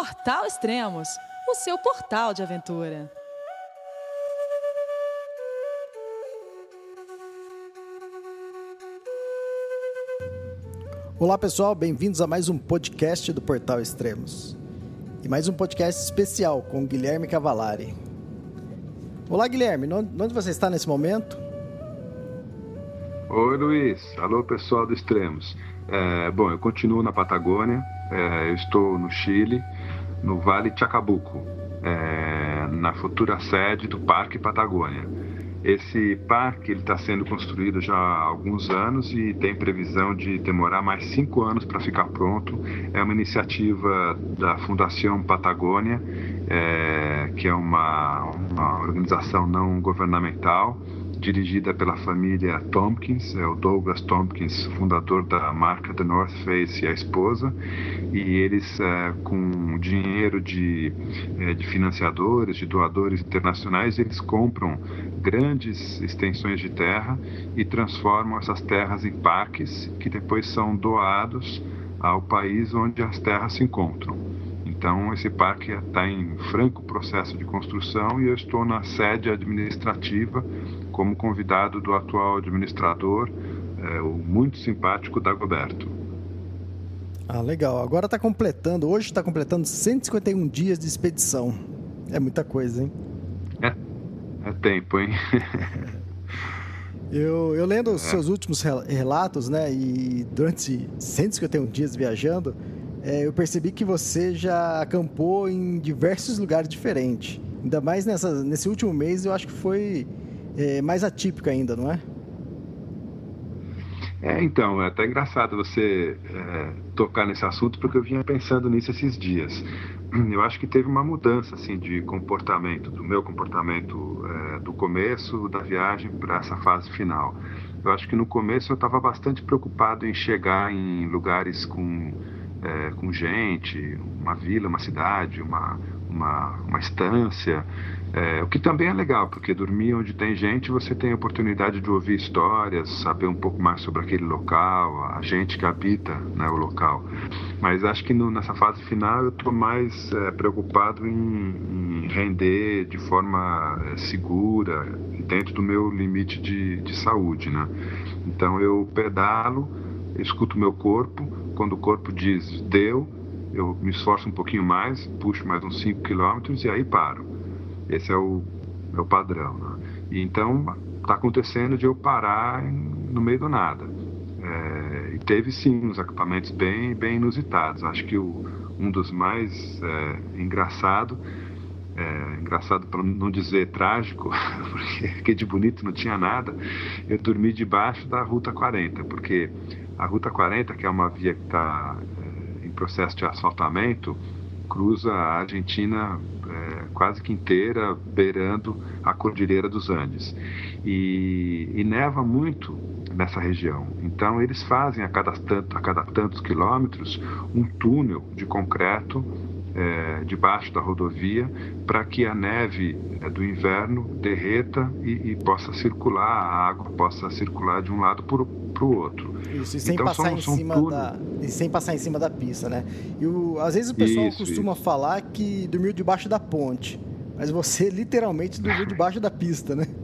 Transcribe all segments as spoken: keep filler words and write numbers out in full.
Portal Extremos, o seu portal de aventura. Olá pessoal, bem-vindos a mais um podcast do Portal Extremos. E mais um podcast especial com o Guilherme Cavallari. Olá Guilherme, onde você está nesse momento? Oi Luiz, alô pessoal do Extremos. É, bom, eu continuo na Patagônia, é, eu estou no Chile, no Vale Chacabuco, é, na futura sede do Parque Patagônia. Esse parque está sendo construído já há alguns anos e tem previsão de demorar mais cinco anos para ficar pronto. É uma iniciativa da Fundação Patagônia, é, que é uma, uma organização não governamental, dirigida pela família Tompkins, é o Douglas Tompkins, fundador da marca The North Face, e a esposa, e eles, é, com dinheiro de, é, de financiadores, de doadores internacionais, eles compram grandes extensões de terra e transformam essas terras em parques que depois são doados ao país onde as terras se encontram. Então, esse parque está em franco processo de construção e eu estou na sede administrativa como convidado do atual administrador, é, o muito simpático Dagoberto. Ah, legal. Agora está completando, hoje está completando cento e cinquenta e um dias de expedição. É muita coisa, hein? É, é tempo, hein? eu, eu lendo os é. seus últimos relatos, né, e durante cento e cinquenta e um dias viajando, é, eu percebi que você já acampou em diversos lugares diferentes. Ainda mais nessa, nesse último mês, eu acho que foi é, mais atípico ainda, não é? É, então, é até engraçado você é, tocar nesse assunto, porque eu vinha pensando nisso esses dias. Eu acho que teve uma mudança assim, de comportamento, do meu comportamento é, do começo da viagem para essa fase final. Eu acho que no começo eu estava bastante preocupado em chegar em lugares com... É, com gente, uma vila, uma cidade, uma, uma, uma estância, é, o que também é legal, porque dormir onde tem gente, você tem a oportunidade de ouvir histórias, saber um pouco mais sobre aquele local, a gente que habita, né, o local. Mas acho que no, nessa fase final eu estou mais é, preocupado em, em render de forma é, segura, dentro do meu limite de, de saúde, né? Então eu pedalo, escuto o meu corpo. Quando o corpo diz deu, eu me esforço um pouquinho mais, puxo mais uns cinco quilômetros e aí paro. Esse é o, é o padrão, né? E então está acontecendo de eu parar em, no meio do nada. É, e teve sim uns acampamentos bem, bem inusitados. Acho que o, um dos mais é, engraçado, é, engraçado para não dizer trágico, porque de bonito não tinha nada, eu dormi debaixo da Ruta quarenta, porque a Ruta quarenta, que é uma via que está é, em processo de asfaltamento, cruza a Argentina é, quase que inteira, beirando a Cordilheira dos Andes. E, e neva muito nessa região. Então, eles fazem a cada, tanto, a cada tantos quilômetros um túnel de concreto É, debaixo da rodovia para que a neve é, do inverno derreta e, e possa circular, a água possa circular de um lado para o outro. Isso, e sem, então, passar são, em são cima tudo... da, e sem passar em cima da pista, né? E o, às vezes o pessoal isso, costuma isso. falar que dormiu debaixo da ponte, mas você literalmente dormiu debaixo da pista, né?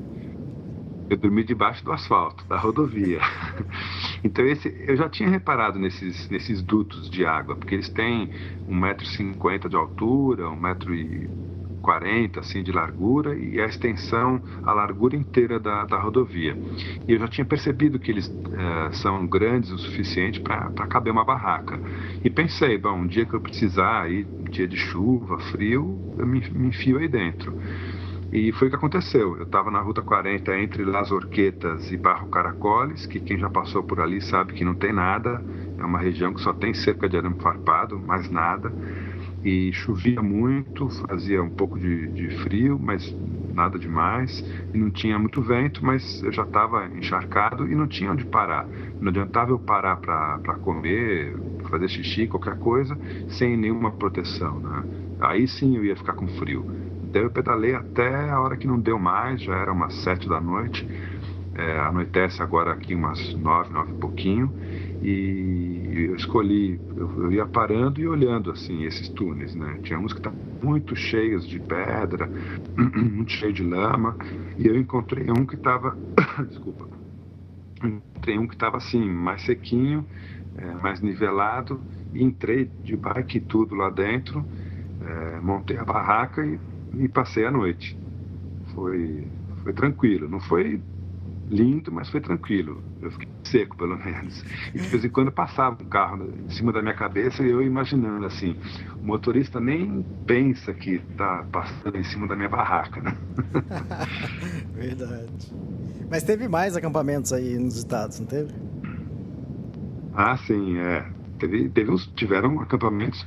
Eu dormi debaixo do asfalto, da rodovia. Então, esse, eu já tinha reparado nesses, nesses dutos de água, porque eles têm um metro e cinquenta de altura, um metro e quarenta assim, de largura, e a extensão, a largura inteira da, da rodovia. E eu já tinha percebido que eles é, são grandes o suficiente para caber uma barraca. E pensei, bom, um dia que eu precisar, aí, dia de chuva, frio, eu me, me enfio aí dentro. E foi o que aconteceu. Eu estava na Ruta quarenta entre Las Orquetas e Barro Caracoles, que quem já passou por ali sabe que não tem nada. É uma região que só tem cerca de arame farpado, mais nada. E chovia muito, fazia um pouco de, de frio, mas nada demais. E não tinha muito vento, mas eu já estava encharcado e não tinha onde parar. Não adiantava eu parar para comer, fazer xixi, qualquer coisa, sem nenhuma proteção, né? Aí sim eu ia ficar com frio. Então eu pedalei até a hora que não deu mais, já era umas sete da noite, é, anoitece agora aqui umas nove, nove e pouquinho, e, e eu escolhi, eu, eu ia parando e olhando assim esses túneis, né? Tinha uns que estavam muito cheios de pedra, muito cheio de lama, e eu encontrei um que estava, desculpa, encontrei um que estava assim, mais sequinho, é, mais nivelado, e entrei de bike e tudo lá dentro, é, montei a barraca e, e passei a noite. Foi, foi tranquilo, não foi lindo, mas foi tranquilo. Eu fiquei seco, pelo menos. E de vez em quando passava um carro em cima da minha cabeça e eu imaginando assim, o motorista nem pensa que está passando em cima da minha barraca, né? Verdade. Mas teve mais acampamentos aí nos estados, não teve? Ah, sim, é. Teve, teve uns, tiveram acampamentos,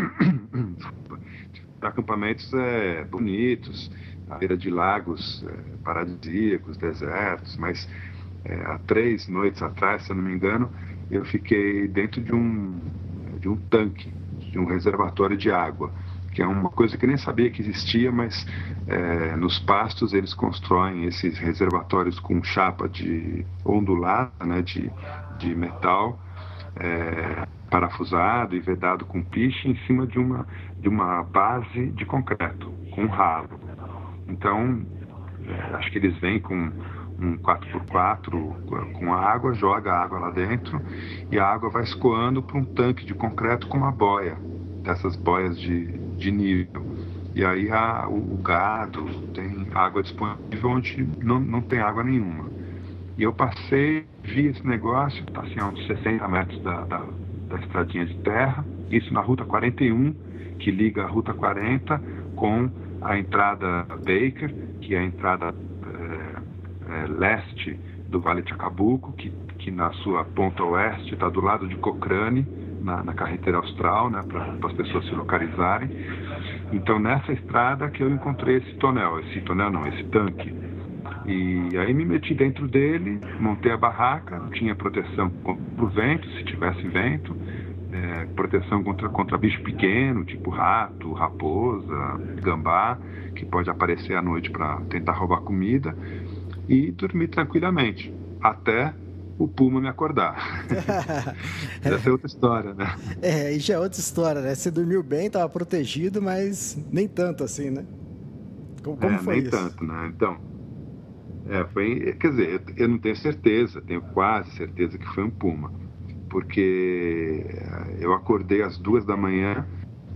acampamentos é, bonitos, à beira de lagos é, paradisíacos, desertos, mas é, há três noites atrás, se eu não me engano, eu fiquei dentro de um, de um tanque, de um reservatório de água, que é uma coisa que eu nem sabia que existia, mas é, nos pastos eles constroem esses reservatórios com chapa de ondulada, né, de, de metal, é, parafusado e vedado com piche em cima de uma, de uma base de concreto, com ralo. Então, é, acho que eles vêm com um quatro por quatro com água, joga a água lá dentro e a água vai escoando para um tanque de concreto com uma boia, dessas boias de, de nível. E aí a, o, o gado tem água disponível onde não, não tem água nenhuma. E eu passei, vi esse negócio, está assim, a uns sessenta metros da, da, da estradinha de terra, isso na Ruta quarenta e um, que liga a Ruta quarenta com a entrada Baker, que é a entrada é, é, leste do Vale de Chacabuco, que, que na sua ponta oeste está do lado de Cochrane, na, na carretera austral, né, para as pessoas se localizarem. Então, nessa estrada que eu encontrei esse tonel, esse tonel não, esse tanque. E aí me meti dentro dele, montei a barraca, tinha proteção contra o vento, se tivesse vento, é, proteção contra, contra bicho pequeno, tipo rato, raposa, gambá, que pode aparecer à noite para tentar roubar comida, e dormi tranquilamente, até o puma me acordar. Essa é outra história, né? É, isso é outra história, né? Você dormiu bem, estava protegido, mas nem tanto assim, né? Como, como é, foi nem isso? tanto, né? Então, é, foi, quer dizer, eu, eu não tenho certeza, tenho quase certeza que foi um puma, porque eu acordei às duas da manhã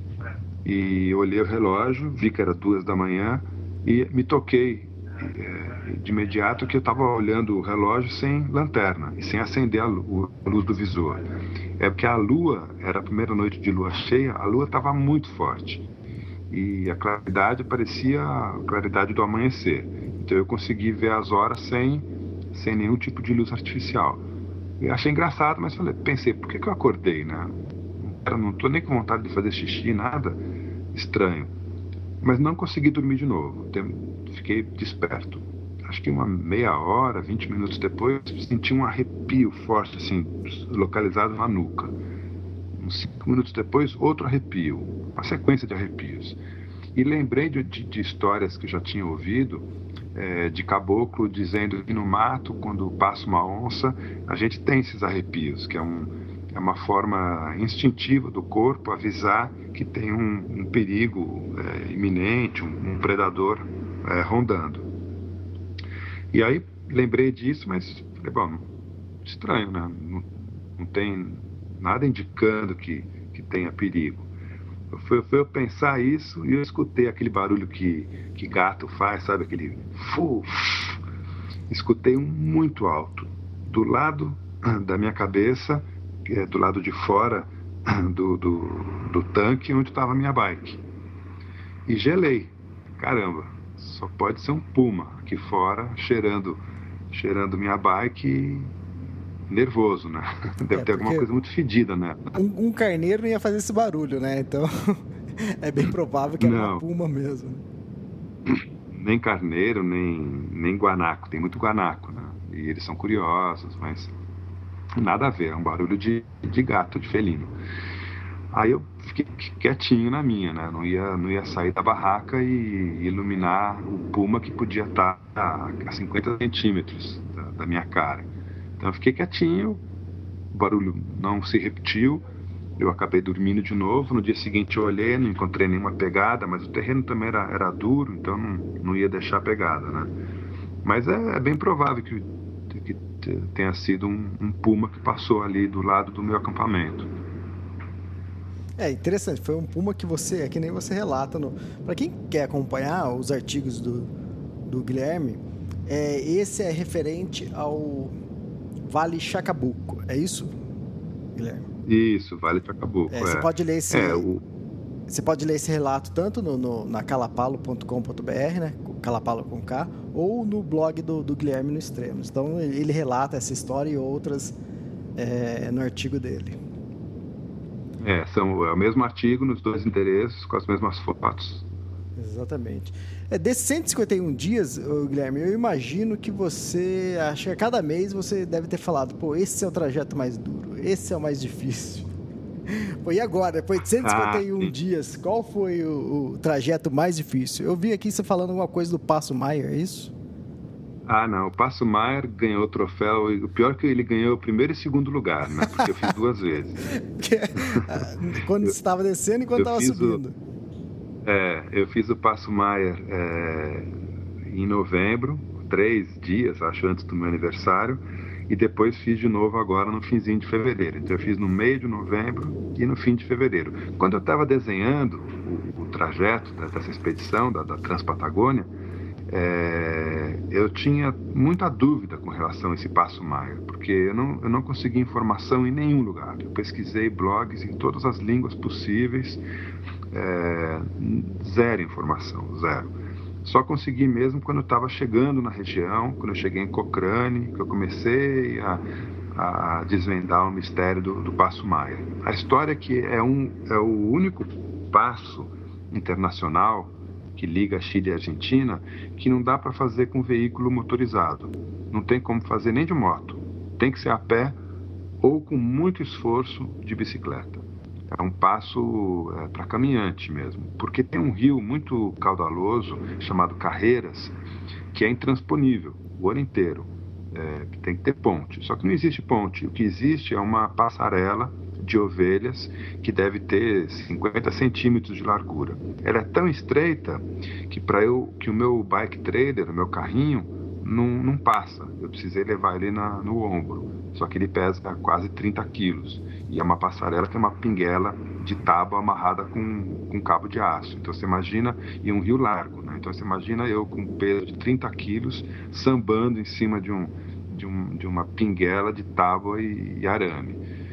e olhei o relógio, vi que era duas da manhã e me toquei é, de imediato que eu estava olhando o relógio sem lanterna e sem acender a luz, a luz do visor. É porque a lua, era a primeira noite de lua cheia, a lua estava muito forte e a claridade parecia a claridade do amanhecer. Então eu consegui ver as horas sem, sem nenhum tipo de luz artificial. Eu achei engraçado, mas falei, pensei, por que, que eu acordei, né? Eu não estou nem com vontade de fazer xixi, nada estranho. Mas não consegui dormir de novo. Fiquei desperto. Acho que uma meia hora, vinte minutos depois, senti um arrepio forte, assim, localizado na nuca. Uns cinco minutos depois, outro arrepio. Uma sequência de arrepios. E lembrei de, de, de histórias que eu já tinha ouvido, é, de caboclo dizendo que no mato, quando passa uma onça, a gente tem esses arrepios, que é, um, é uma forma instintiva do corpo avisar que tem um, um perigo é, iminente, um, um predador é, rondando. E aí lembrei disso, mas falei, bom, estranho, né? Não, não tem nada indicando que, que tenha perigo. Foi, foi eu pensar isso e eu escutei aquele barulho que, que gato faz, sabe? Aquele fu. Escutei um muito alto, do lado da minha cabeça, do lado de fora do, do, do tanque onde estava a minha bike. E gelei. Caramba, só pode ser um puma aqui fora, cheirando, cheirando minha bike. Nervoso, né? Deve é, ter alguma coisa muito fedida, né? Um, um carneiro não ia fazer esse barulho, né? Então, é bem provável que era uma puma mesmo. Nem carneiro, nem, nem guanaco. Tem muito guanaco, né? E eles são curiosos, mas nada a ver. É um barulho de, de gato, de felino. Aí eu fiquei quietinho na minha, né? Não ia, não ia sair da barraca e iluminar o puma que podia estar a cinquenta centímetros da, da minha cara. Então eu fiquei quietinho, o barulho não se repetiu, eu acabei dormindo de novo. No dia seguinte eu olhei, não encontrei nenhuma pegada, mas o terreno também era, era duro, então não, não ia deixar pegada, né? Mas é, é bem provável que, que tenha sido um, um puma que passou ali do lado do meu acampamento. É interessante, foi um puma que você, é que nem você relata. No... Para quem quer acompanhar os artigos do, do Guilherme, é, esse é referente ao Vale Chacabuco, é isso, Guilherme? Isso, Vale Chacabuco. É, é. Você pode ler esse, é, o... você pode ler esse relato tanto no, no, na calapalo ponto com ponto b r, né, Calapalo com K, ou no blog do, do Guilherme no Extremos. Então ele relata essa história e outras é, no artigo dele. É, são, é o mesmo artigo nos dois endereços, com as mesmas fotos. Exatamente. É, desses cento e cinquenta e um dias, Guilherme, eu imagino que você, acho que a cada mês você deve ter falado, pô, esse é o trajeto mais duro, esse é o mais difícil. Pô, e agora, depois de cento e cinquenta e um ah, dias, qual foi o, o trajeto mais difícil? Eu vi aqui você falando alguma coisa do Passo Maier, é isso? Ah, não, o Passo Maier ganhou o troféu, e o pior é que ele ganhou o primeiro e segundo lugar, né? Porque eu fiz duas vezes. Quando você estava descendo e quando estava subindo. O, é, eu fiz o Passo Maier é, em novembro, três dias, acho, antes do meu aniversário, e depois fiz de novo agora no finzinho de fevereiro. Então eu fiz no meio de novembro e no fim de fevereiro. Quando eu estava desenhando o, o trajeto dessa expedição, da, da Transpatagônia, É, eu tinha muita dúvida com relação a esse Passo Maier, porque eu não, eu não consegui informação em nenhum lugar. Eu pesquisei blogs em todas as línguas possíveis, é, zero informação, zero. Só consegui mesmo quando eu estava chegando na região, quando eu cheguei em Cochrane, que eu comecei a, a desvendar o mistério do, do Passo Maier. A história é que é, um, é o único passo internacional que liga Chile e Argentina, que não dá para fazer com veículo motorizado. Não tem como fazer nem de moto. Tem que ser a pé ou com muito esforço de bicicleta. É um passo é, para caminhante mesmo, porque tem um rio muito caudaloso, chamado Carreiras, que é intransponível o ano inteiro. É, tem que ter ponte. Só que não existe ponte. O que existe é uma passarela de ovelhas que deve ter cinquenta centímetros de largura. Ela é tão estreita que para eu que o meu bike trailer, o meu carrinho, não, não passa. Eu precisei levar ele na, no ombro. Só que ele pesa quase trinta quilos. E é uma passarela que é uma pinguela de tábua amarrada com, com cabo de aço. Então você imagina, e um rio largo, né? Então você imagina eu com um peso de trinta quilos sambando em cima de, um, de, um, de uma pinguela de tábua e, e arame.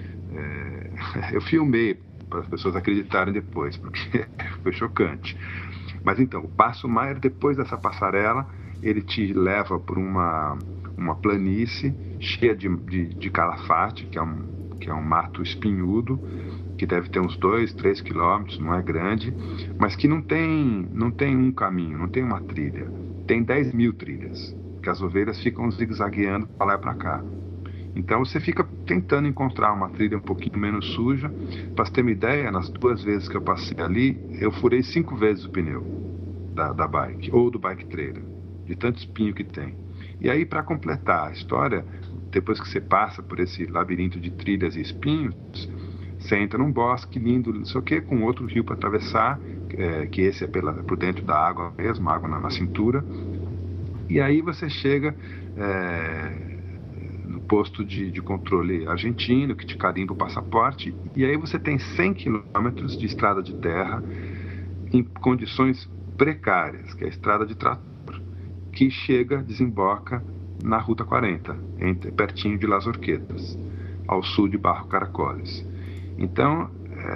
É, eu filmei para as pessoas acreditarem depois, porque foi chocante. Mas então, o Passo Maier, depois dessa passarela, ele te leva por uma, uma planície cheia de, de, de calafate, que é, um, que é um mato espinhudo, que deve ter uns dois, três quilômetros, não é grande, mas que não tem, não tem um caminho, não tem uma trilha. Tem dez mil trilhas, que as ovelhas ficam zigue-zagueando para lá e para cá. Então você fica tentando encontrar uma trilha um pouquinho menos suja. Para você ter uma ideia, nas duas vezes que eu passei ali, eu furei cinco vezes o pneu da, da bike, ou do bike trailer, de tanto espinho que tem. E aí, para completar a história, depois que você passa por esse labirinto de trilhas e espinhos, você entra num bosque lindo, não sei o quê, com outro rio para atravessar, é, que esse é pela, por dentro da água mesmo, água na, na cintura. E aí você chega... É, no posto de, de controle argentino, que te carimba o passaporte, e aí você tem cem quilômetros de estrada de terra em condições precárias, que é a estrada de trator, que chega, desemboca na Ruta quarenta, entre, pertinho de Las Orquetas, ao sul de Barro Caracoles. Então,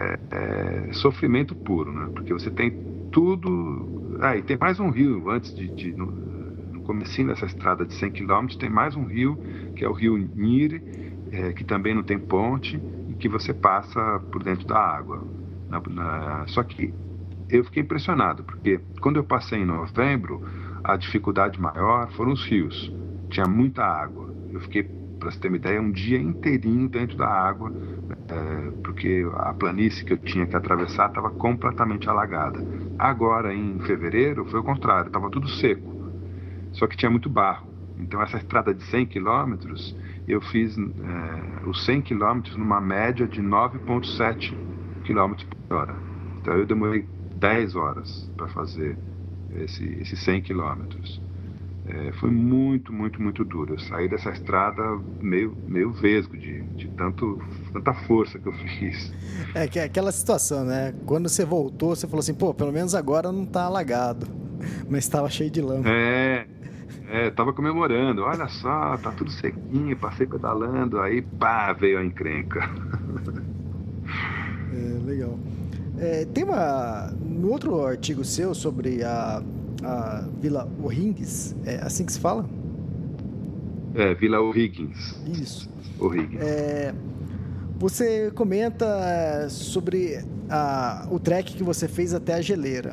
é, é sofrimento puro, né? Porque você tem tudo... Ah, e tem mais um rio antes de... de no, comecinho dessa estrada de cem quilômetros, tem mais um rio, que é o rio Nire, é, que também não tem ponte, e que você passa por dentro da água. Na, na... Só que eu fiquei impressionado, porque quando eu passei em novembro, a dificuldade maior foram os rios. Tinha muita água. Eu fiquei, para você ter uma ideia, um dia inteirinho dentro da água, é, porque a planície que eu tinha que atravessar estava completamente alagada. Agora, em fevereiro, foi o contrário, estava tudo seco. Só que tinha muito barro. Então essa estrada de cem quilômetros, eu fiz é, os cem quilômetros numa média de nove vírgula sete quilômetros por hora. Então eu demorei dez horas para fazer esse, esses cem quilômetros. É, foi muito, muito, muito duro. Eu saí dessa estrada meio, meio vesgo de, de tanto, tanta força que eu fiz. É que é aquela situação, né? Quando você voltou, você falou assim, pô, pelo menos agora não tá alagado. Mas estava cheio de lama. É, é, tava comemorando. Olha só, tá tudo sequinho, passei pedalando, aí pá, veio a encrenca. É, legal. É, tem uma... No outro artigo seu sobre a... a Vila O'Higgins, é assim que se fala? É, Vila O'Higgins. Isso. O'Higgins. É, você comenta sobre a, o trek que você fez até a geleira.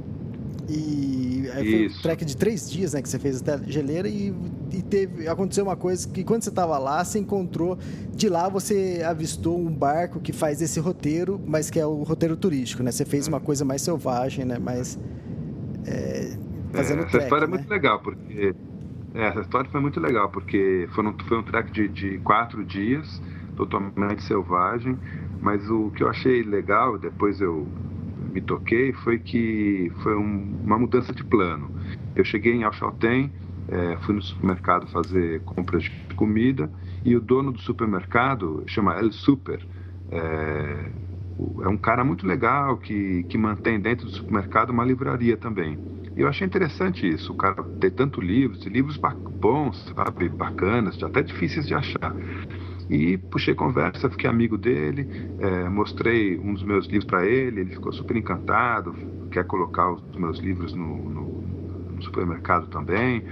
E aí foi Isso. um trek de três dias, né, que você fez até a geleira e, e teve, aconteceu uma coisa que quando você estava lá, você encontrou, de lá você avistou um barco que faz esse roteiro, mas que é o roteiro turístico, né? Você fez uma coisa mais selvagem, né? Mais... É, fazendo é, essa trek, história né? é muito legal, porque é, essa história foi muito legal, porque foi um, foi um trek de, de quatro dias, totalmente selvagem, mas o que eu achei legal, depois eu me toquei, foi que foi um, uma mudança de plano. Eu cheguei em Alchaltén, é, fui no supermercado fazer compras de comida, e o dono do supermercado, chama El Super, é, é um cara muito legal que, que mantém dentro do supermercado uma livraria também. E eu achei interessante isso, o cara ter tanto livros, e livros bons, sabe, bacanas, até difíceis de achar. E puxei conversa, fiquei amigo dele, é, mostrei um dos meus livros para ele, ele ficou super encantado, quer colocar os meus livros no, no, no supermercado também.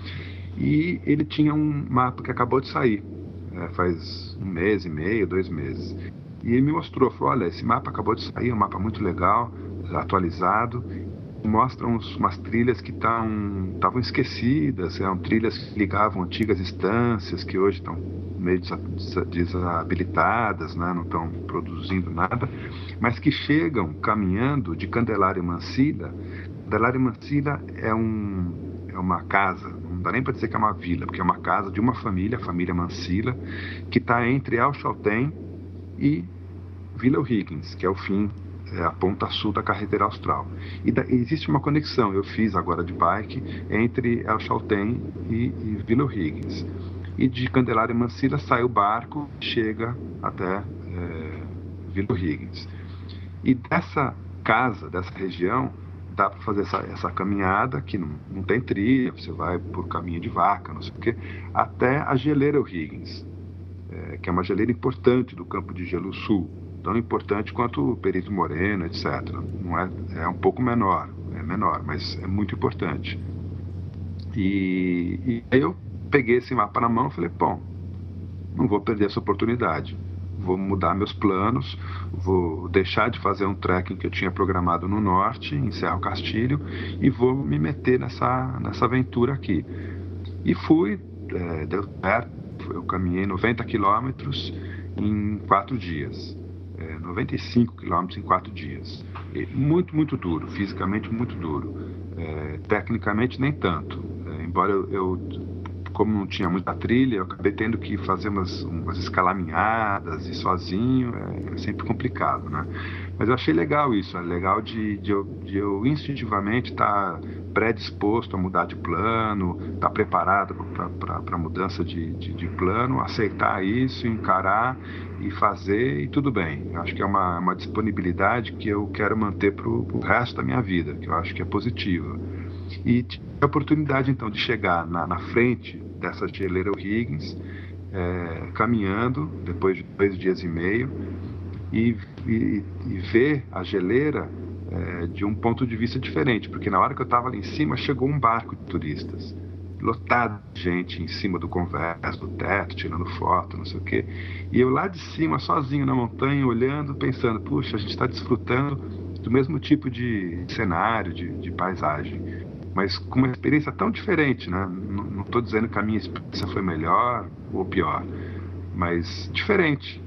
E ele tinha um mapa que acabou de sair, é, faz um mês e meio, dois meses. E ele me mostrou, falou, olha, esse mapa acabou de sair, é um mapa muito legal, atualizado, mostra uns, umas trilhas que estavam esquecidas, eram trilhas que ligavam antigas estâncias, que hoje estão meio desabilitadas, né, não estão produzindo nada, mas que chegam caminhando de Candelária e Mansilla. Candelária e Mansilla é, um, é uma casa, não dá nem para dizer que é uma vila, porque é uma casa de uma família, a família Mansilla, que está entre Alchaltén e Vila O'Higgins, que é o fim, é a ponta sul da carretera austral. E da, existe uma conexão, eu fiz agora de bike, entre Alchaltén e, e Vila O'Higgins. E de Candelária e Mansilla sai o barco, chega até é, Vila O'Higgins. E dessa casa, dessa região, dá para fazer essa, essa caminhada, que não, não tem trilha, você vai por caminho de vaca, não sei o quê, até a geleira O'Higgins, é, que é uma geleira importante do Campo de Gelo Sul, tão importante quanto o Perito Moreno, etcétera. Não é, é um pouco menor, é menor, mas é muito importante. E, e aí eu peguei esse mapa na mão e falei, bom, não vou perder essa oportunidade. Vou mudar meus planos, vou deixar de fazer um trekking que eu tinha programado no norte, em Cerro Castilho, e vou me meter nessa, nessa aventura aqui. E fui, é, deu certo, eu caminhei noventa quilômetros em quatro dias. É, noventa e cinco quilômetros em quatro dias. E muito, muito duro, fisicamente muito duro. É, tecnicamente nem tanto. É, embora eu, eu, como não tinha muita trilha, eu acabei tendo que fazer umas, umas escalaminhadas e sozinho, é, é sempre complicado, né? Mas eu achei legal isso, é legal de, de, eu, de eu instintivamente estar predisposto a mudar de plano, estar preparado para a mudança de, de, de plano, aceitar isso, encarar e fazer e tudo bem. Eu acho que é uma, uma disponibilidade que eu quero manter para o resto da minha vida, que eu acho que é positiva. E tive a oportunidade então de chegar na, na frente dessa geleira O'Higgins, é, caminhando depois de dois dias e meio, e, e, e ver a geleira é, de um ponto de vista diferente, porque na hora que eu estava ali em cima chegou um barco de turistas, lotado de gente em cima do convés, do teto, tirando foto, não sei o quê, e eu lá de cima, sozinho na montanha, olhando, pensando, puxa, a gente está desfrutando do mesmo tipo de cenário, de, de paisagem, mas com uma experiência tão diferente, né? Não estou dizendo que a minha experiência foi melhor ou pior, mas diferente.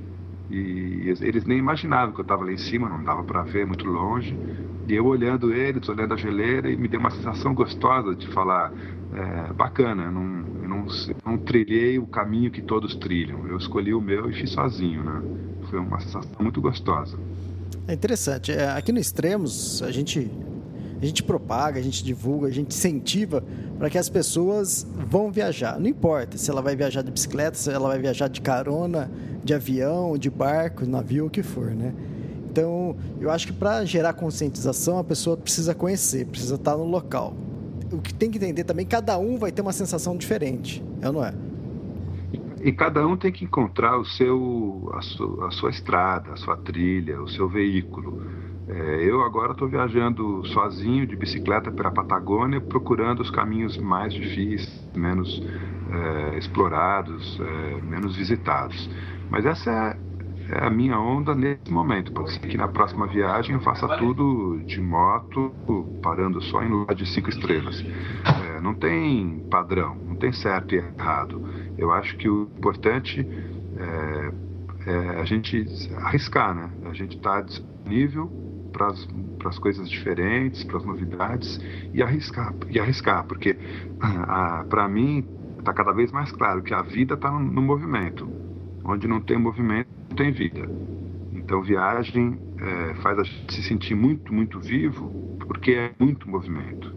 E eles nem imaginavam que eu estava lá em cima, não dava para ver muito longe. E eu olhando eles, olhando a geleira, e me deu uma sensação gostosa de falar, é, bacana, eu não, eu não, não trilhei o caminho que todos trilham. Eu escolhi o meu e fiz sozinho, né? Foi uma sensação muito gostosa. É interessante. Aqui no Extremos, a gente, a gente propaga, a gente divulga, a gente incentiva para que as pessoas vão viajar. Não importa se ela vai viajar de bicicleta, se ela vai viajar de carona, de avião, de barco, navio, o que for, né? Então, eu acho que para gerar conscientização, a pessoa precisa conhecer, precisa estar no local. O que tem que entender também, cada um vai ter uma sensação diferente, é ou não é? E cada um tem que encontrar o seu, a, sua, a sua estrada, a sua trilha, o seu veículo. É, eu agora estou viajando sozinho de bicicleta pela Patagônia, procurando os caminhos mais difíceis, menos é, explorados, é, menos visitados. Mas essa é, é a minha onda nesse momento. Pode ser que na próxima viagem eu faça tudo de moto, parando só em lugar de cinco estrelas. É, não tem padrão, não tem certo e errado. Eu acho que o importante é, é a gente arriscar, né? A gente está disponível para as coisas diferentes, para as novidades e arriscar, e arriscar porque para mim está cada vez mais claro que a vida está no, no movimento. Onde não tem movimento, não tem vida. Então, viagem é, faz a gente se sentir muito, muito vivo, porque é muito movimento.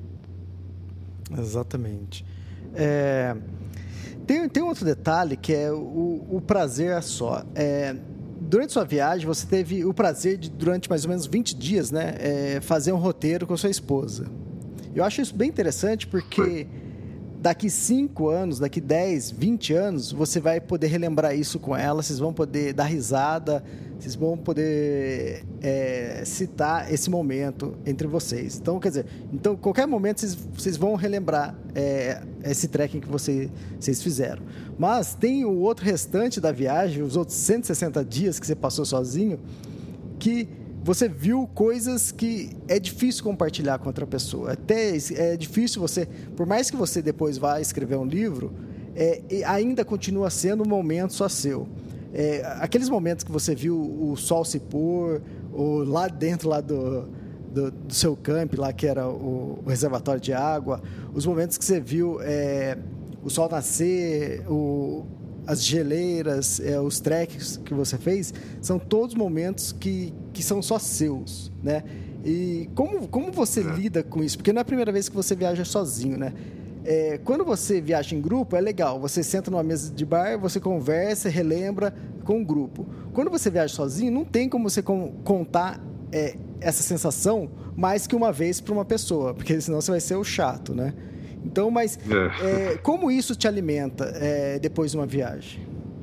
Exatamente. É, tem, tem outro detalhe que é o, o prazer é só. É, durante sua viagem, você teve o prazer de, durante mais ou menos vinte dias, né, é, fazer um roteiro com a sua esposa. Eu acho isso bem interessante porque daqui cinco anos, daqui dez, vinte anos, você vai poder relembrar isso com ela, vocês vão poder dar risada, vocês vão poder é, citar esse momento entre vocês. Então, quer dizer, então, qualquer momento vocês, vocês vão relembrar é, esse trekking que você, vocês fizeram. Mas tem o outro restante da viagem, os outros cento e sessenta dias que você passou sozinho, que você viu coisas que é difícil compartilhar com outra pessoa. Até é difícil você, por mais que você depois vá escrever um livro, é, ainda continua sendo um momento só seu. É, aqueles momentos que você viu o sol se pôr, ou lá dentro lá do, do, do seu camp, lá que era o, o reservatório de água, os momentos que você viu é, o sol nascer, o as geleiras, é, os treks que você fez, são todos momentos que, que são só seus, né? E como, como você lida com isso? Porque não é a primeira vez que você viaja sozinho, né? É, quando você viaja em grupo, é legal. Você senta numa mesa de bar, você conversa, relembra com o grupo. Quando você viaja sozinho, não tem como você com, contar é, essa sensação mais que uma vez para uma pessoa, porque senão você vai ser o chato, né? Então, mas é. É, como isso te alimenta é, depois de uma viagem?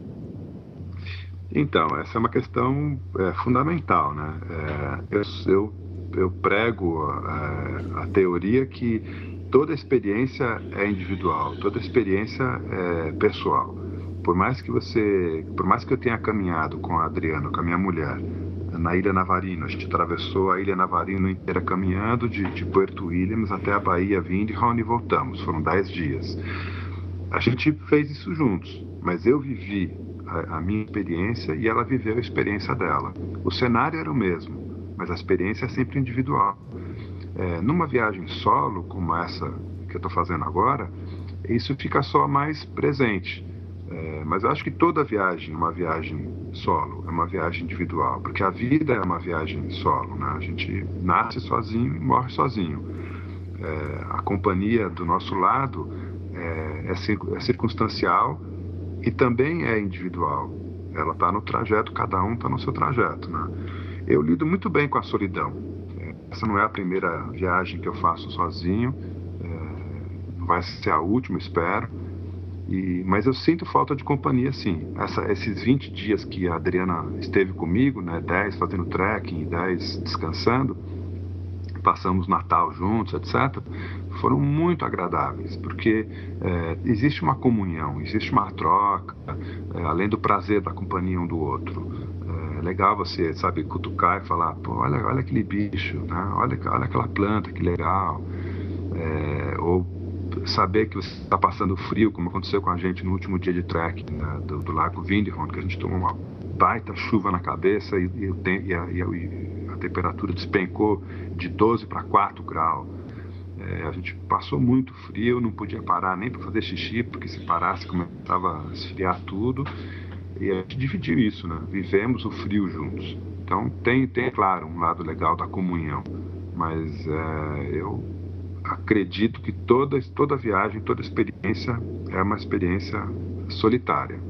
Então, essa é uma questão é, fundamental, né? É, eu, eu, eu prego a, a teoria que toda experiência é individual, toda experiência é pessoal. Por mais que você, por mais que eu tenha caminhado com a Adriana, com a minha mulher, na Ilha Navarino, a gente atravessou a Ilha Navarino inteira caminhando de, de Puerto Williams até a Baía Windhoek e voltamos, foram dez dias. A gente fez isso juntos, mas eu vivi a, a minha experiência e ela viveu a experiência dela. O cenário era o mesmo, mas a experiência é sempre individual. É, numa viagem solo, como essa que eu estou fazendo agora, isso fica só mais presente. É, mas eu acho que toda viagem é uma viagem solo, é uma viagem individual, porque a vida é uma viagem solo, né? A gente nasce sozinho e morre sozinho. É, a companhia do nosso lado é, é, é circunstancial e também é individual. Ela está no trajeto, cada um está no seu trajeto, né? Eu lido muito bem com a solidão. Essa não é a primeira viagem que eu faço sozinho, é, não vai ser a última, espero. E, mas eu sinto falta de companhia, sim. Essa, esses vinte dias que a Adriana esteve comigo, né, dez fazendo trekking, dez descansando, passamos Natal juntos, etcétera, foram muito agradáveis, porque é, existe uma comunhão, existe uma troca, é, além do prazer da companhia um do outro. É legal você, sabe, cutucar e falar, pô, olha, olha aquele bicho, né? olha, olha aquela planta, que legal. É, ou saber que você está passando frio, como aconteceu com a gente no último dia de trekking, né, do, do Lago Windhoek, que a gente tomou uma baita chuva na cabeça e, e, e, a, e, a, e a temperatura despencou de doze para quatro graus. É, a gente passou muito frio, não podia parar nem para fazer xixi, porque se parasse começava a esfriar tudo. E a gente dividiu isso, né? Vivemos o frio juntos. Então tem, tem, claro, um lado legal da comunhão. Mas é, eu acredito que toda, toda viagem, toda experiência é uma experiência solitária.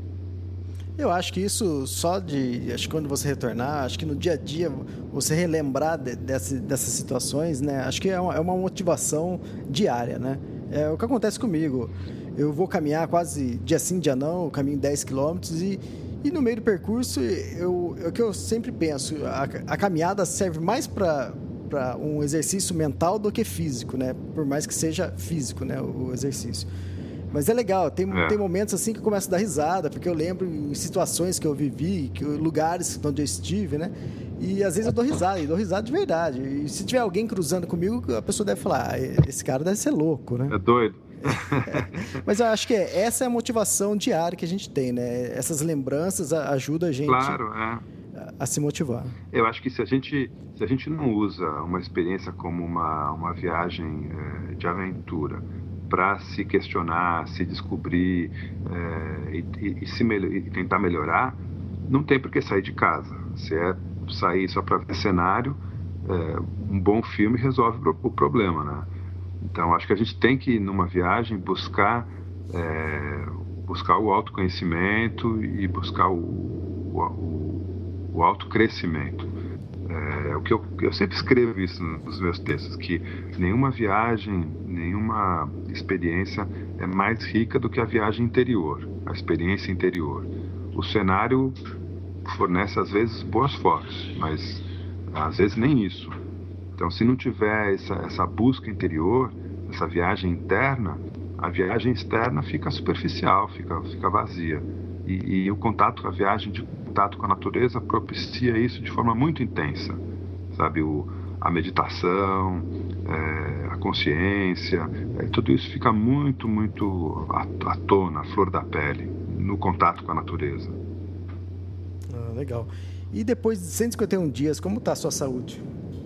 Eu acho que isso só de, acho que quando você retornar, acho que no dia a dia você relembrar de, desse, dessas situações, né? Acho que é uma, é uma motivação diária, né? É o que acontece comigo. Eu vou caminhar quase dia sim, dia não, eu caminho dez quilômetros e, e no meio do percurso, eu, é o que eu sempre penso, a, a caminhada serve mais para para um exercício mental do que físico, né? Por mais que seja físico, né, o exercício. Mas é legal, tem, é. tem momentos assim que eu começo a dar risada, porque eu lembro em situações que eu vivi, que eu, lugares onde eu estive, né? E às vezes eu dou risada, e dou risada de verdade. E se tiver alguém cruzando comigo, a pessoa deve falar, ah, esse cara deve ser louco, né? É doido. É. Mas eu acho que é, essa é a motivação diária que a gente tem, né? Essas lembranças ajudam a gente claro, é. a, a se motivar. Eu acho que se a gente, se a gente não usa uma experiência como uma, uma viagem é, de aventura para se questionar, se descobrir é, e, e, e, se melhor, e tentar melhorar, não tem por que sair de casa. Se é sair só para ver cenário, é, um bom filme resolve o problema, né? Então, acho que a gente tem que, numa viagem, buscar, é, buscar o autoconhecimento e buscar o, o, o autocrescimento. É, o que eu, eu sempre escrevo isso nos meus textos, que nenhuma viagem, nenhuma experiência é mais rica do que a viagem interior, a experiência interior. O cenário fornece, às vezes, boas fotos, mas às vezes nem isso. Então, se não tiver essa, essa busca interior, essa viagem interna, a viagem externa fica superficial, fica, fica vazia. E, e o contato, a viagem de contato com a natureza propicia isso de forma muito intensa. Sabe, o, a meditação, é, a consciência, é, tudo isso fica muito, muito à, à tona, à flor da pele, no contato com a natureza. Ah, legal. E depois de cento e cinquenta e um dias, como está a sua saúde?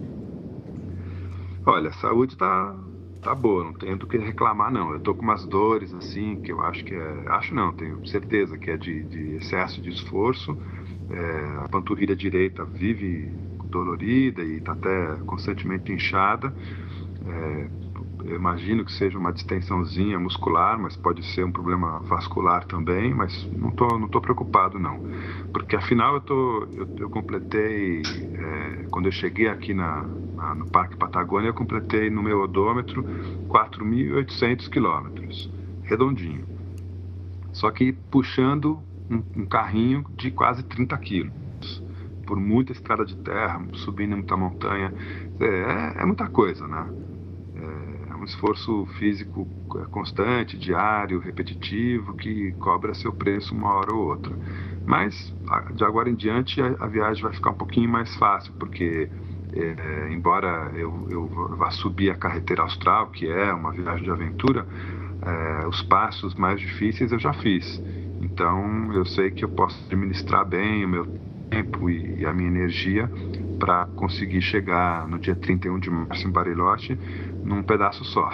Olha, a saúde tá, tá boa, não tenho do que reclamar, não. Eu tô com umas dores, assim, que eu acho que é... Acho não, tenho certeza que é de, de excesso de esforço. É, a panturrilha direita vive dolorida e tá até constantemente inchada. É, eu imagino que seja uma distensãozinha muscular, mas pode ser um problema vascular também, mas não tô, não tô preocupado, não. Porque, afinal, eu, tô, eu, eu completei... É, quando eu cheguei aqui na... no Parque Patagônia, eu completei no meu odômetro quatro mil e oitocentos quilômetros, redondinho. Só que puxando um, um carrinho de quase trinta quilos, por muita estrada de terra, subindo muita montanha. É, é muita coisa, né? É um esforço físico constante, diário, repetitivo, que cobra seu preço uma hora ou outra. Mas, de agora em diante, a, a viagem vai ficar um pouquinho mais fácil, porque... É, embora eu, eu vá subir a carretera austral, que é uma viagem de aventura, é, os passos mais difíceis eu já fiz. Então eu sei que eu posso administrar bem o meu tempo e, e a minha energia para conseguir chegar no dia trinta e um de março em Bariloche num pedaço só.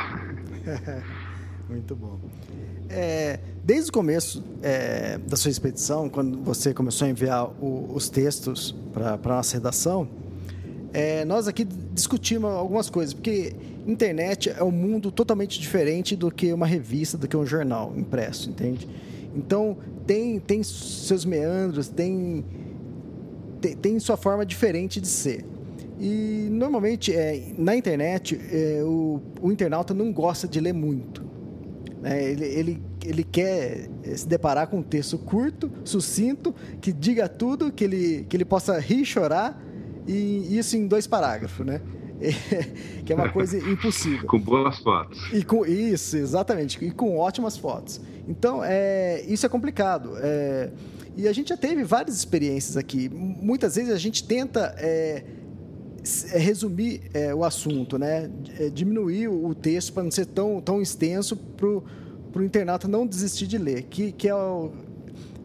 Muito bom. É, desde o começo é, da sua expedição, quando você começou a enviar o, os textos para a nossa redação, É, nós aqui discutimos algumas coisas, porque internet é um mundo totalmente diferente do que uma revista, do que um jornal impresso, entende? Então, tem, tem seus meandros, tem, tem, tem sua forma diferente de ser. E, normalmente, é, na internet, é, o, o internauta não gosta de ler muito. Né? Ele, ele, ele quer se deparar com um texto curto, sucinto, que diga tudo, que ele, que ele possa rir e chorar, e isso em dois parágrafos, né? Que é uma coisa impossível. Com boas fotos. E com, isso, exatamente. E com ótimas fotos. Então, é, isso é complicado. É, e a gente já teve várias experiências aqui. Muitas vezes a gente tenta é, resumir é, o assunto, né? Diminuir o texto para não ser tão, tão extenso para o internauta não desistir de ler. Que, que é o...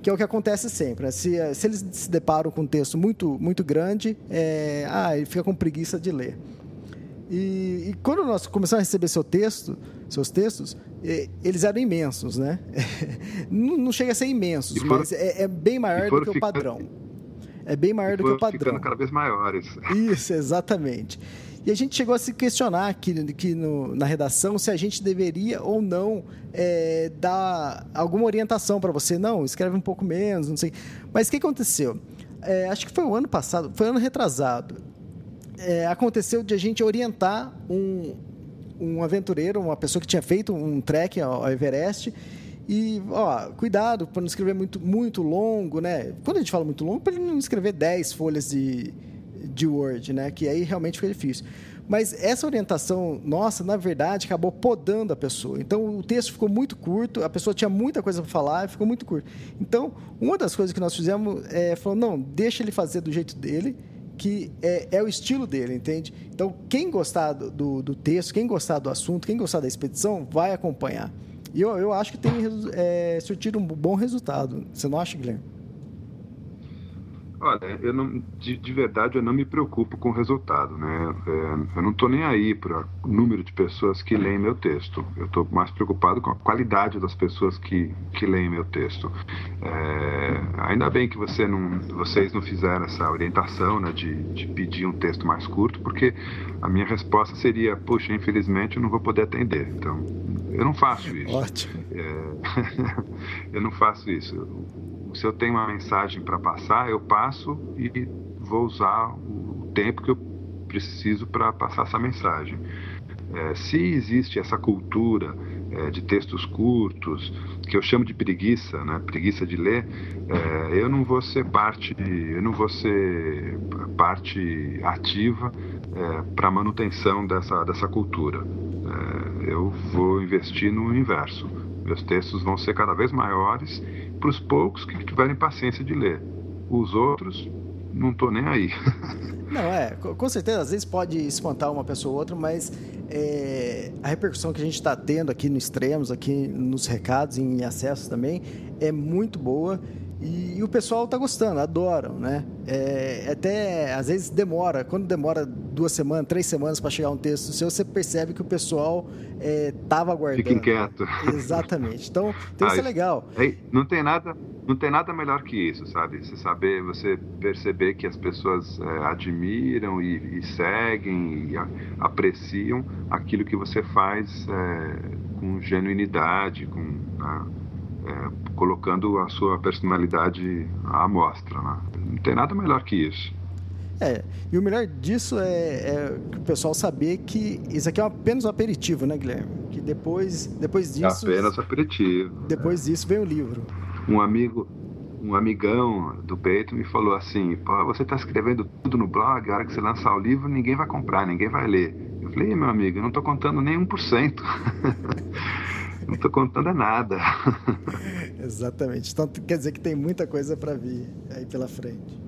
que é o que acontece sempre. Né? Se, se eles se deparam com um texto muito, muito grande, é, ah, ele fica com preguiça de ler. E, e quando nós começamos a receber seu texto, seus textos, eles eram imensos, né? Não, não chega a ser imensos, foram, mas é, é bem maior do que ficando, o padrão. É bem maior do que o padrão. Ficando cada vez maiores. Isso, exatamente. E a gente chegou a se questionar aqui, aqui no, na redação se a gente deveria ou não é, dar alguma orientação para você. Não, escreve um pouco menos, não sei. Mas o que aconteceu? É, acho que foi o ano passado, foi o ano retrasado. É, aconteceu de a gente orientar um, um aventureiro, uma pessoa que tinha feito um trek ao Everest. E, ó, cuidado para não escrever muito, muito longo, né? Quando a gente fala muito longo, para ele não escrever dez folhas de... de Word, né? Que aí realmente fica difícil. Mas essa orientação nossa, na verdade, acabou podando a pessoa. Então, o texto ficou muito curto, a pessoa tinha muita coisa para falar e ficou muito curto. Então, uma das coisas que nós fizemos é falar, não, deixa ele fazer do jeito dele, que é, é o estilo dele, entende? Então, quem gostar do, do texto, quem gostar do assunto, quem gostar da expedição, vai acompanhar. E eu, eu acho que tem é, surtido um bom resultado. Você não acha, Guilherme? Olha, eu não, de, de verdade eu não me preocupo com o resultado, né? É, eu não estou nem aí para o número de pessoas que leem meu texto. Eu estou mais preocupado com a qualidade das pessoas que, que leem meu texto. É, ainda bem que você não, vocês não fizeram essa orientação, né, de, de pedir um texto mais curto, porque a minha resposta seria, puxa, infelizmente eu não vou poder atender. Então, eu não faço isso. Ótimo. É, eu não faço isso. Se eu tenho uma mensagem para passar, eu passo e vou usar o tempo que eu preciso para passar essa mensagem. É, se existe essa cultura é, de textos curtos, que eu chamo de preguiça, né, preguiça de ler, é, eu não vou ser parte, eu não vou ser parte ativa é, para a manutenção dessa, dessa cultura. É, eu vou investir no inverso. Meus textos vão ser cada vez maiores para os poucos que tiverem paciência de ler. Os outros, não estou nem aí. Não, é, com certeza, às vezes pode espantar uma pessoa ou outra, mas é, a repercussão que a gente está tendo aqui no Extremos, aqui nos recados, em acessos também, é muito boa. E, e o pessoal está gostando, adoram, né? É, até, às vezes, demora. Quando demora duas semanas, três semanas para chegar um texto seu, você percebe que o pessoal estava é, aguardando. Fica inquieto. Exatamente. Então, então ah, isso é legal. É, não tem nada, não tem nada melhor que isso, sabe? Você saber, você perceber que as pessoas é, admiram e, e seguem e a, apreciam aquilo que você faz é, com genuinidade, com... A, É, colocando a sua personalidade à mostra, né? Não tem nada melhor que isso. É, e o melhor disso é, é o pessoal saber que isso aqui é apenas um aperitivo, né, Guilherme? Que depois, depois disso... É apenas aperitivo. Depois disso vem o livro. Um amigo, um amigão do peito me falou assim, pô, você está escrevendo tudo no blog, a hora que você lançar o livro, ninguém vai comprar, ninguém vai ler. Eu falei, meu amigo, eu não estou contando nem um por cento. Não estou contando nada. Exatamente. Então, quer dizer que tem muita coisa para vir aí pela frente.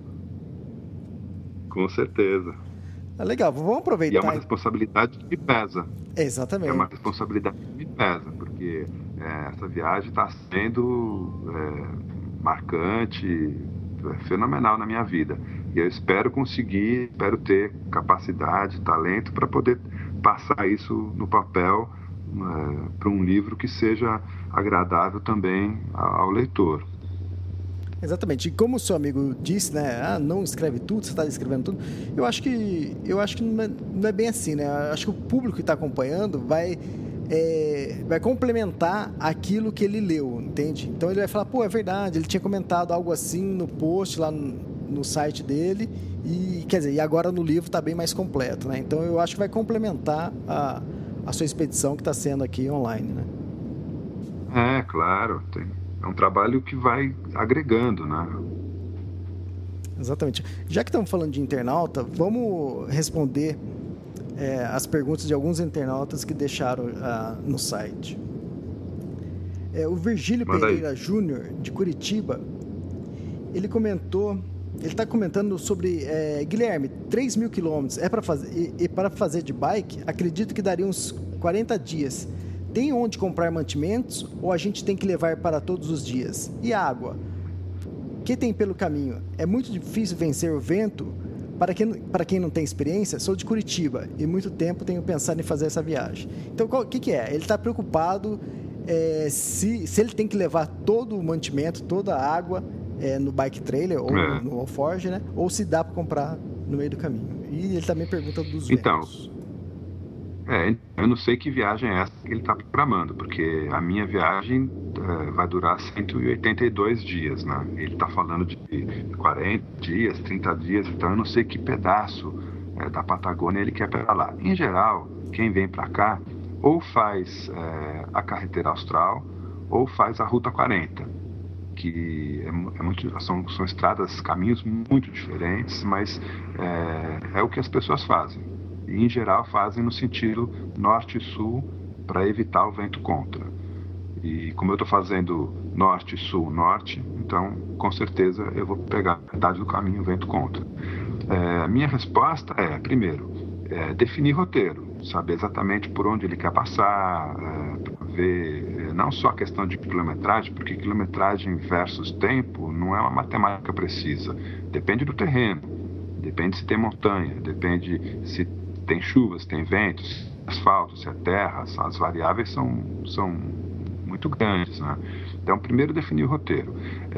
Com certeza. Ah, legal, vamos aproveitar. E é uma responsabilidade que me pesa. É, exatamente. É uma responsabilidade que me pesa, porque é, essa viagem está sendo é, marcante, é, fenomenal na minha vida. E eu espero conseguir, espero ter capacidade, talento para poder passar isso no papel, É, para um livro que seja agradável também ao leitor. Exatamente. E como o seu amigo disse, né? Ah, não escreve tudo, você está escrevendo tudo. Eu acho que, eu acho que não, é, não é bem assim, né? Eu acho que o público que está acompanhando vai, é, vai complementar aquilo que ele leu, entende? Então ele vai falar, pô, é verdade, ele tinha comentado algo assim no post lá no, no site dele e, quer dizer, e agora no livro está bem mais completo, né? Então eu acho que vai complementar a a sua expedição que está sendo aqui online, né? É, claro. Tem, é um trabalho que vai agregando, né? Exatamente. Já que estamos falando de internauta, vamos responder é, as perguntas de alguns internautas que deixaram uh, no site. É, o Virgílio Manda Pereira aí. Júnior, de Curitiba, ele comentou... Ele está comentando sobre, é, Guilherme, três mil quilômetros é para fazer, e, e para fazer de bike, acredito que daria uns quarenta dias. Tem onde comprar mantimentos ou a gente tem que levar para todos os dias? E água? que tem pelo caminho? É muito difícil vencer o vento? Para quem, para quem não tem experiência, sou de Curitiba e muito tempo tenho pensado em fazer essa viagem. Então, o que, que é? Ele está preocupado é, se, se ele tem que levar todo o mantimento, toda a água é, no bike trailer ou é. no Alforge, né? Ou se dá para comprar no meio do caminho. E ele também pergunta dos então, ventos. É, eu não sei que viagem é essa que ele está programando, porque a minha viagem é, vai durar cento e oitenta e dois dias, né? Ele está falando de quarenta dias, trinta dias, então eu não sei que pedaço é, da Patagônia ele quer pedalar. Em geral, quem vem para cá ou faz é, a carretera austral ou faz a Ruta quarenta, que é, é muito, são, são estradas, caminhos muito diferentes, mas é, é o que as pessoas fazem. E, em geral, fazem no sentido norte e sul para evitar o vento contra. E como eu estou fazendo norte, sul, norte, então, com certeza, eu vou pegar metade do caminho vento contra. É, a minha resposta é, primeiro, é definir roteiro, saber exatamente por onde ele quer passar, é, ver não só a questão de quilometragem, porque quilometragem versus tempo não é uma matemática precisa. Depende do terreno, depende se tem montanha, depende se tem chuvas, tem ventos, asfalto, se é terra, as variáveis são, são muito grandes, né? Então, primeiro definir o roteiro,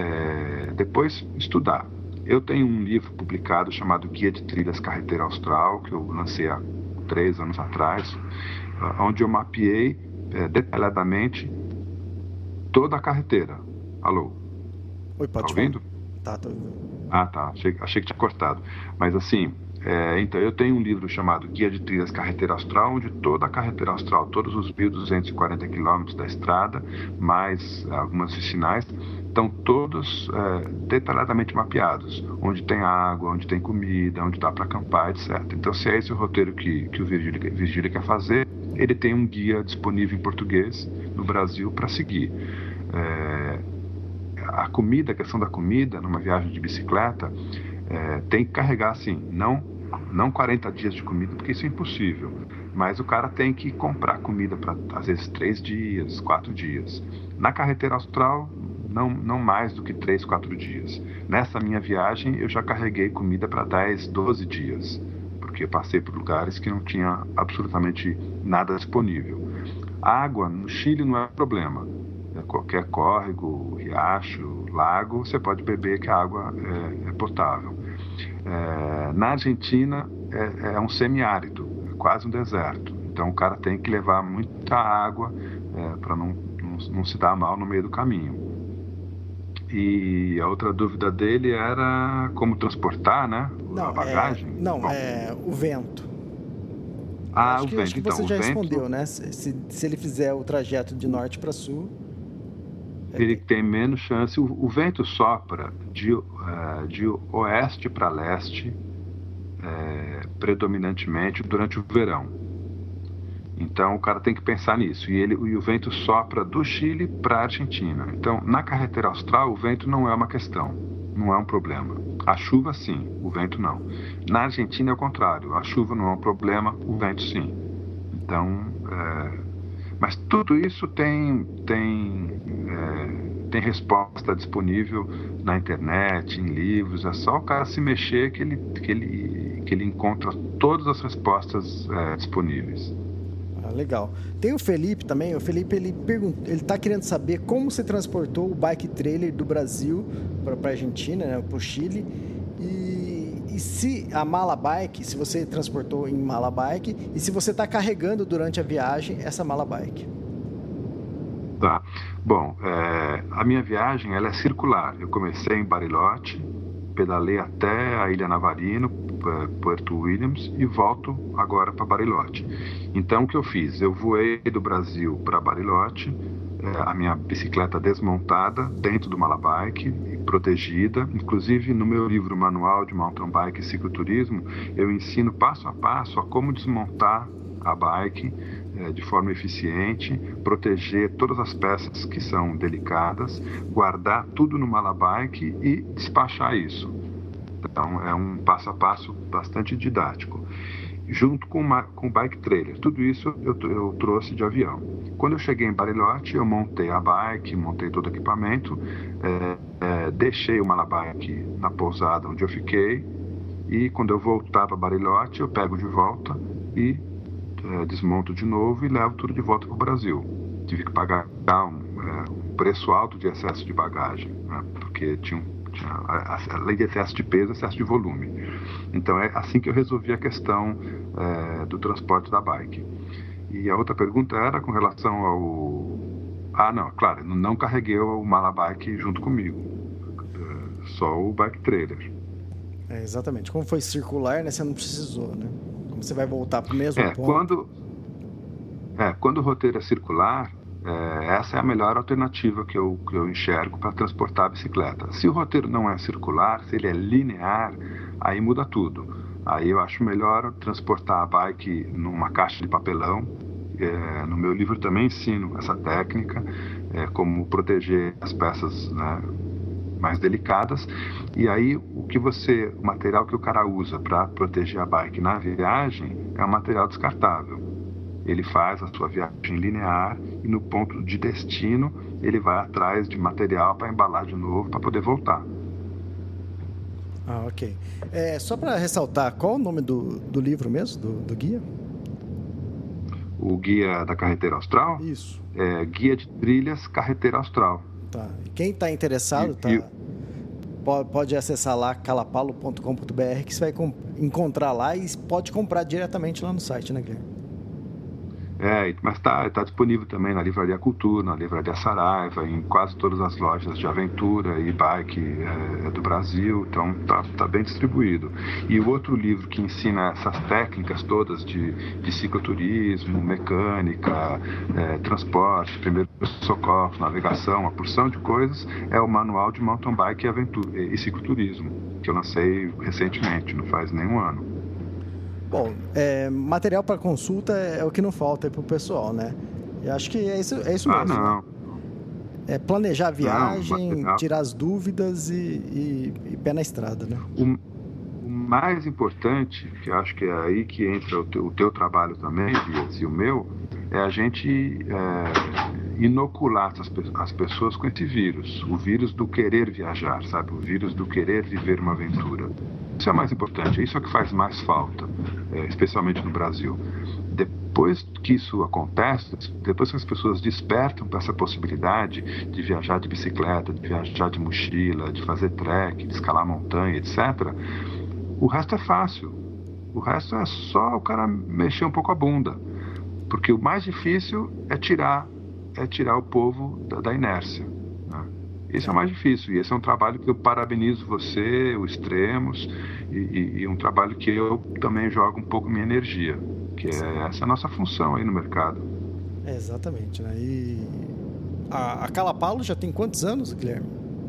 é, depois estudar. Eu tenho um livro publicado chamado Guia de Trilhas Carreteira Austral, que eu lancei há três anos atrás, onde eu mapeei é, detalhadamente toda a carreteira. Alô? Oi, pode tá ouvindo? Tá, tô ouvindo. Ah, tá. Achei, achei que tinha cortado. Mas assim... É, então, eu tenho um livro chamado Guia de Trilhas Carreteira Austral, onde toda a carreteira austral, todos os mil duzentos e quarenta quilômetros da estrada, mais algumas vicinais, estão todos é, detalhadamente mapeados, onde tem água, onde tem comida, onde dá para acampar, etcétera. Então, se é esse o roteiro que, que o Virgílio, Virgílio quer fazer, ele tem um guia disponível em português no Brasil para seguir. É, a comida, a questão da comida, numa viagem de bicicleta, É, tem que carregar assim, não, não quarenta dias de comida, porque isso é impossível, mas o cara tem que comprar comida para às vezes três dias, quatro dias. Na carreteira austral, não, não mais do que três, quatro dias. Nessa minha viagem, eu já carreguei comida para dez, doze dias, porque eu passei por lugares que não tinha absolutamente nada disponível. Água, no Chile não é problema. Qualquer córrego, riacho, lago, você pode beber que a água é, é potável. É, na Argentina é, é um semiárido, é quase um deserto. Então o cara tem que levar muita água é, para não, não, não se dar mal no meio do caminho. E a outra dúvida dele era como transportar, né? Não, a bagagem. É, não, Bom, é o vento. Ah, acho o que, vento. Acho que então, você o já vento... respondeu, né? Se, se ele fizer o trajeto de norte para sul... ele tem menos chance. O, o vento sopra de, uh, de oeste para leste, é, predominantemente durante o verão. Então, o cara tem que pensar nisso. E, ele, e o vento sopra do Chile para a Argentina. Então, na carreteira austral, o vento não é uma questão, não é um problema. A chuva, sim, o vento não. Na Argentina é o contrário. A chuva não é um problema, o vento, sim. Então... É, mas tudo isso tem, tem, é, tem resposta disponível na internet, em livros. É só o cara se mexer que ele, que ele, que ele encontra todas as respostas é, disponíveis. Ah, legal. Tem o Felipe também. O Felipe ele pergunta, ele está querendo saber como você transportou o bike trailer do Brasil para a Argentina, né, para o Chile. E, e se a mala bike, se você transportou em mala bike, e se você está carregando durante a viagem essa mala bike. Tá. Bom, é, a minha viagem ela é circular. Eu comecei em Bariloche, pedalei até a Ilha Navarino, Puerto Williams, e volto agora para Bariloche. Então, o que eu fiz? Eu voei do Brasil para Bariloche, é, a minha bicicleta desmontada dentro do malabike, protegida. Inclusive, no meu livro Manual de Mountain Bike e Cicloturismo, eu ensino passo a passo a como desmontar a bike é, de forma eficiente, proteger todas as peças que são delicadas, guardar tudo no malabike e despachar isso. Então, é um passo a passo bastante didático. junto com, uma, com o bike trailer. Tudo isso eu, eu trouxe de avião. Quando eu cheguei em Bariloche, eu montei a bike, montei todo o equipamento, é, é, deixei o malabike na pousada onde eu fiquei, e quando eu voltar para Bariloche, eu pego de volta e é, desmonto de novo e levo tudo de volta para o Brasil. Tive que pagar um, é, um preço alto de excesso de bagagem, né, porque tinha, tinha a, a lei de excesso de peso, excesso de volume. Então é assim que eu resolvi a questão é, do transporte da bike. E a outra pergunta era com relação ao... Ah, não, claro, não carreguei o malabike junto comigo, só o bike trailer. É, exatamente. Como foi circular, né, você não precisou, né? Como você vai voltar para o mesmo é, ponto. Quando, é, quando o roteiro é circular, é, essa é a melhor alternativa que eu, que eu enxergo para transportar a bicicleta. Se o roteiro não é circular, se ele é linear, aí muda tudo. Aí eu acho melhor transportar a bike numa caixa de papelão. É, no meu livro também ensino essa técnica, é, como proteger as peças, né, mais delicadas. E aí o que você, o material que o cara usa para proteger a bike na viagem é um material descartável. Ele faz a sua viagem linear e no ponto de destino ele vai atrás de material para embalar de novo para poder voltar. Ah, ok. É, só para ressaltar, qual o nome do, do livro mesmo, do, do guia? O Guia da Carreteira Austral? Isso. É Guia de Trilhas Carreteira Austral. Tá. Quem está interessado, e, tá, e... pode acessar lá calapalo ponto com ponto b r que você vai encontrar lá e pode comprar diretamente lá no site, né, Guilherme? É, mas está tá disponível também na Livraria Cultura, na Livraria Saraiva, em quase todas as lojas de aventura e bike é, do Brasil, então está tá bem distribuído. E o outro livro que ensina essas técnicas todas de, de cicloturismo, mecânica, é, transporte, primeiros socorros, navegação, uma porção de coisas, é o Manual de Mountain Bike e, aventura, e Cicloturismo, que eu lancei recentemente, não faz nem um ano. Bom, é, material para consulta é o que não falta para o pessoal, né? Eu acho que é isso, é isso ah, mesmo. Não. Né? É planejar a viagem, não, material... tirar as dúvidas e, e, e pé na estrada, né? O, o mais importante, que eu acho que é aí que entra o teu, o teu trabalho também, Dias, e o meu, é a gente é, inocular as, as pessoas com esse vírus. O vírus do querer viajar, sabe? O vírus do querer viver uma aventura. Isso é o mais importante, isso é o que faz mais falta, é, especialmente no Brasil. Depois que isso acontece, depois que as pessoas despertam para essa possibilidade de viajar de bicicleta, de viajar de mochila, de fazer trek, de escalar montanha, etcétera, o resto é fácil. O resto é só o cara mexer um pouco a bunda. Porque o mais difícil é tirar, é tirar o povo da, da inércia. Né? Esse é o mais difícil, e esse é um trabalho que eu parabenizo você, o Extremos, e, e, e um trabalho que eu também jogo um pouco minha energia, que é essa nossa função aí no mercado. É, exatamente, né? E a, a Calapalo já tem quantos anos, Guilherme?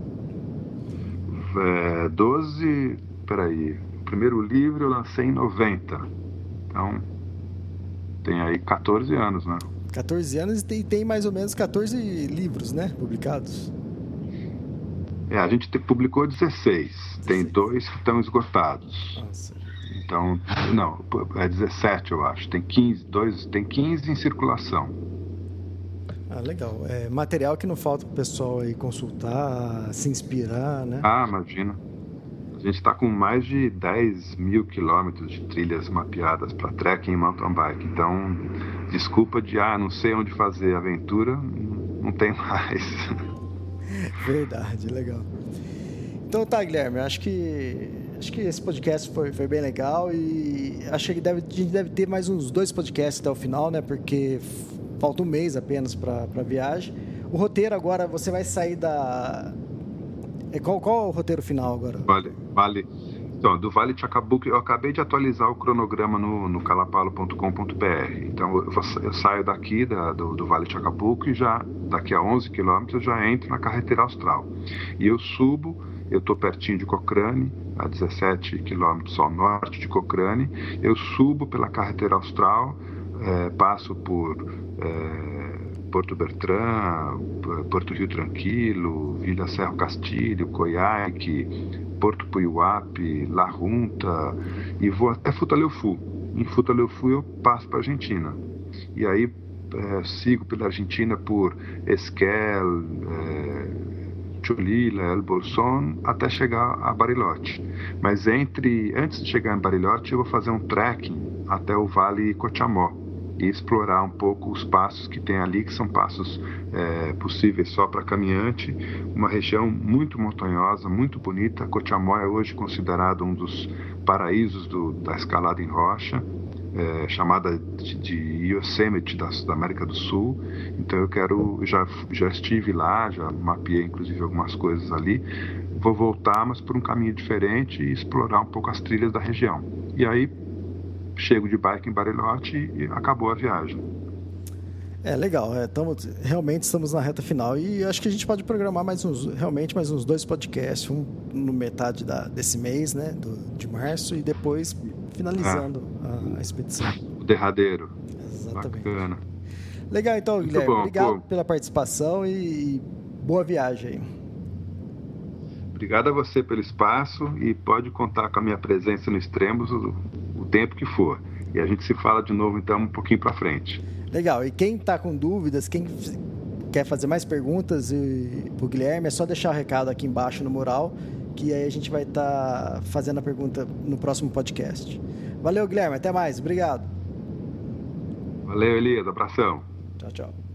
É, doze, peraí, o primeiro livro eu lancei em noventa, então tem aí quatorze anos, né? quatorze anos e tem, tem mais ou menos quatorze livros, né, publicados. É, a gente te, publicou dezesseis, tem dois que estão esgotados. Nossa. Então, não, é dezessete eu acho, tem quinze, dois, tem quinze em circulação. Ah, legal. É material que não falta para o pessoal aí consultar, se inspirar, né? Ah, imagina. A gente está com mais de dez mil quilômetros de trilhas mapeadas para trekking e mountain bike. Então, desculpa de, ah, não sei onde fazer aventura, não tem mais. Verdade, legal. Então tá, Guilherme, acho que acho que esse podcast foi, foi bem legal e acho que deve, a gente deve ter mais uns dois podcasts até o final, né? Porque falta um mês apenas para a viagem. O roteiro agora, você vai sair da... Qual, qual é o roteiro final agora? Vale, vale. Então, do Vale Chacabuco, eu acabei de atualizar o cronograma no, no calapalo ponto com ponto b r. Então, eu, eu saio daqui da, do, do Vale Chacabuco e já, daqui a onze quilômetros, já entro na Carreteira Austral. E eu subo, eu estou pertinho de Cochrane, a dezessete quilômetros ao norte de Cochrane. Eu subo pela Carreteira Austral, é, passo por é, Porto Bertrand, Porto Rio Tranquilo, Vila Cerro Castilho, Coyhaique, Porto Puiuape, La Junta, e vou até Futaleufu. em Futaleufú eu passo para a Argentina. E aí é, sigo pela Argentina por Esquel, é, Cholila, El Bolsón, até chegar a Bariloche. Mas entre, antes de chegar em Bariloche, eu vou fazer um trekking até o Vale Cochamó e explorar um pouco os passos que tem ali, que são passos é, possíveis só para caminhante, uma região muito montanhosa, muito bonita. Cochamó é hoje considerado um dos paraísos do, da escalada em rocha, é, chamada de, de Yosemite da, da América do Sul. Então eu quero, já, já estive lá, já mapeei inclusive algumas coisas ali, vou voltar, mas por um caminho diferente e explorar um pouco as trilhas da região. E aí chego de bike em Bariloche e acabou a viagem. É, legal. É, tamo, realmente estamos na reta final e acho que a gente pode programar mais uns, realmente mais uns dois podcasts, um no metade da, desse mês, né, do, de março, e depois finalizando ah, a, a expedição. O derradeiro. Exatamente. Bacana. Legal, então, Muito Guilherme. bom, obrigado pô. pela participação e, e boa viagem aí. Obrigado a você pelo espaço e pode contar com a minha presença no Extremos o, o tempo que for. E a gente se fala de novo, então, um pouquinho para frente. Legal. E quem está com dúvidas, quem quer fazer mais perguntas para o Guilherme, é só deixar o recado aqui embaixo no mural, que aí a gente vai estar tá fazendo a pergunta no próximo podcast. Valeu, Guilherme. Até mais. Obrigado. Valeu, Elias. Abração. Tchau, tchau.